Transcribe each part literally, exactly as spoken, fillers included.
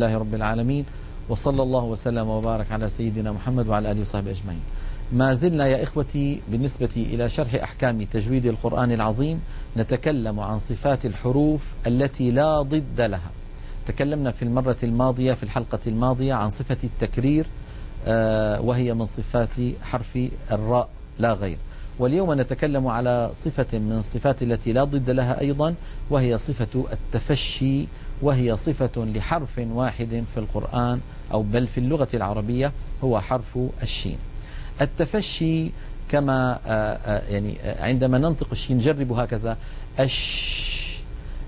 لله رب العالمين، وصلى الله وسلم وبارك على سيدنا محمد وعلى آله وصحبه أجمعين. ما زلنا يا إخوتي بالنسبة إلى شرح أحكام تجويد القرآن العظيم نتكلم عن صفات الحروف التي لا ضد لها. تكلمنا في المرة الماضية في الحلقة الماضية عن صفة التكرير، آه وهي من صفات حرف الراء لا غير. واليوم نتكلم على صفة من الصفات التي لا ضد لها أيضا، وهي صفة التفشي، وهي صفة لحرف واحد في القرآن أو بل في اللغة العربية، هو حرف الشين. التفشي كما آآ آآ يعني عندما ننطق الشين نجرب هكذا أش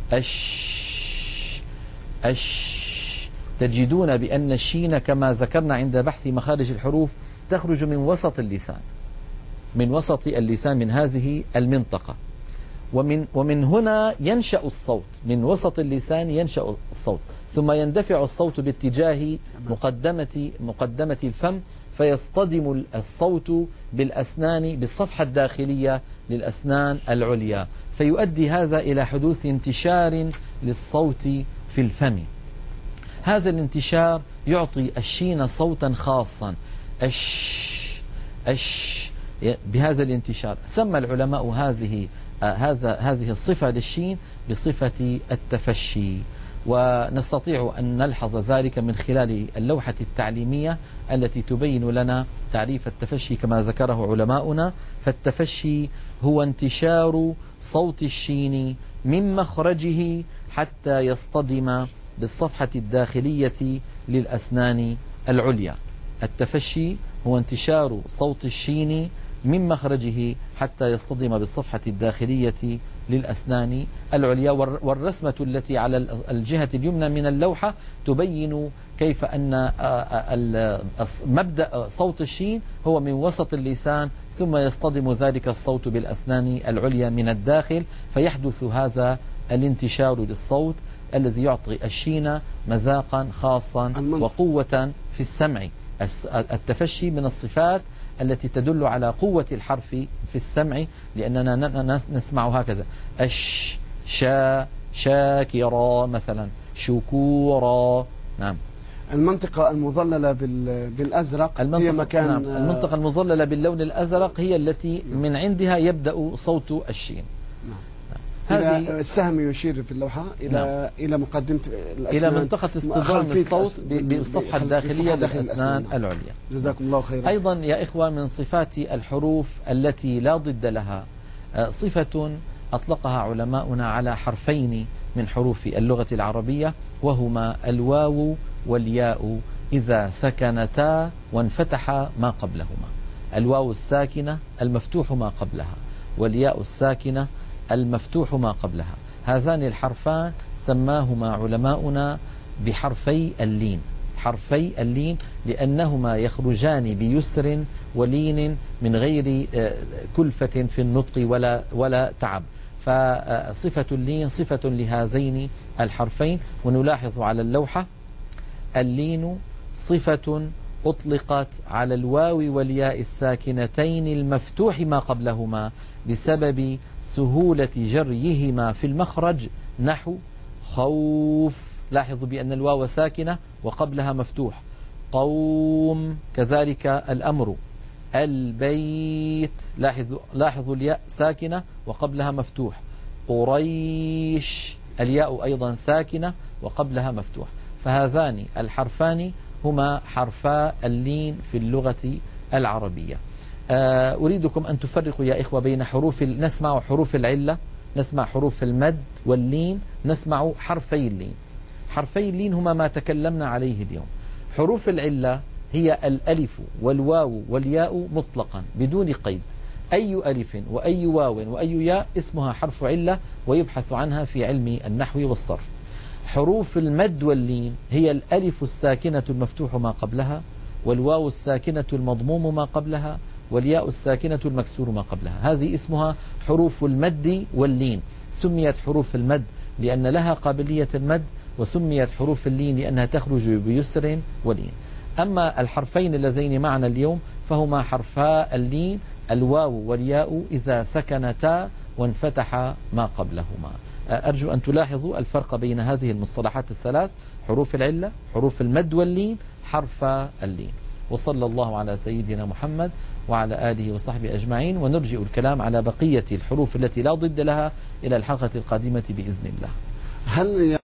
أش أش، تجدون بأن الشين كما ذكرنا عند بحث مخارج الحروف تخرج من وسط اللسان، من وسط اللسان من هذه المنطقة، ومن ومن هنا ينشأ الصوت، من وسط اللسان ينشأ الصوت، ثم يندفع الصوت باتجاه مقدمة مقدمة الفم، فيصطدم الصوت بالأسنان بالصفحة الداخلية للأسنان العليا، فيؤدي هذا إلى حدوث انتشار للصوت في الفم. هذا الانتشار يعطي الشين صوتا خاصا، أش أش، بهذا الانتشار. سمى العلماء هذه آه هذا هذه الصفة للشين بصفة التفشي، ونستطيع أن نلحظ ذلك من خلال اللوحة التعليمية التي تبين لنا تعريف التفشي كما ذكره علماؤنا. فالتفشي هو انتشار صوت الشين من مخرجه حتى يصطدم بالصفحة الداخلية للأسنان العليا. التفشي هو انتشار صوت الشين من مخرجه حتى يصطدم بالصفحة الداخلية للأسنان العليا. والرسمة التي على الجهة اليمنى من اللوحة تبين كيف أن مبدأ صوت الشين هو من وسط اللسان، ثم يصطدم ذلك الصوت بالأسنان العليا من الداخل، فيحدث هذا الانتشار للصوت الذي يعطي الشين مذاقا خاصا وقوة في السمع. التفشي من الصفات التي تدل على قوة الحرف في السمع، لأننا نسمع هكذا أش شا شاكرا مثلا شكورا. نعم. المنطقة المظللة بالأزرق هي مكان نعم. المنطقة المظللة باللون الأزرق هي التي من عندها يبدأ صوت الشين. نعم. هذه السهم يشير في اللوحة إلى نعم. إلى مقدمة إلى منطقة اصطدام الصوت بالصفحة الداخلية للأسنان العليا. جزاكم الله خيرا. أيضا يا إخوة من صفات الحروف التي لا ضد لها صفة أطلقها علماؤنا على حرفين من حروف اللغة العربية، وهما الواو والياء إذا سكنتا وانفتح ما قبلهما. الواو الساكنة المفتوح ما قبلها، والياء الساكنة المفتوح ما قبلها. هذان الحرفان سماهما علماؤنا بحرفي اللين، حرفي اللين لأنهما يخرجان بيسر ولين من غير كلفة في النطق ولا ولا تعب. فصفة اللين صفة لهذين الحرفين. ونلاحظ على اللوحة اللين صفة أطلقت على الواو والياء الساكنتين المفتوح ما قبلهما بسبب سهولة جريهما في المخرج، نحو خوف. لاحظوا بأن الواو ساكنة وقبلها مفتوح. قوم كذلك الأمر. البيت لاحظوا لاحظوا الياء ساكنة وقبلها مفتوح. قريش الياء أيضا ساكنة وقبلها مفتوح. فهذان الحرفان هما حرفا اللين في اللغة العربية. أريدكم أن تفرقوا يا إخوة بين حروف، نسمع حروف العلة، نسمع حروف المد واللين، نسمع حرفي اللين. حرفي اللين هما ما تكلمنا عليه اليوم. حروف العلة هي الألف والواو والياء مطلقا بدون قيد. أي ألف وأي واو وأي ياء اسمها حرف علة، ويبحث عنها في علم النحو والصرف. حروف المد واللين هي الألف الساكنة المفتوح ما قبلها، والواو الساكنة المضموم ما قبلها، والياء الساكنة المكسور ما قبلها. هذه اسمها حروف المد واللين. سميت حروف المد لأن لها قابلية المد، وسميت حروف اللين لأنها تخرج بيسر ولين. أما الحرفين اللذين معنا اليوم فهما حرفا اللين، الواو والياء إذا سكنتا وانفتح ما قبلهما. أرجو أن تلاحظوا الفرق بين هذه المصطلحات الثلاث: حروف العلة، حروف المد واللين، حرف اللين. وصلى الله على سيدنا محمد وعلى آله وصحبه أجمعين. ونرجئ الكلام على بقية الحروف التي لا ضد لها إلى الحلقة القادمة بإذن الله. هل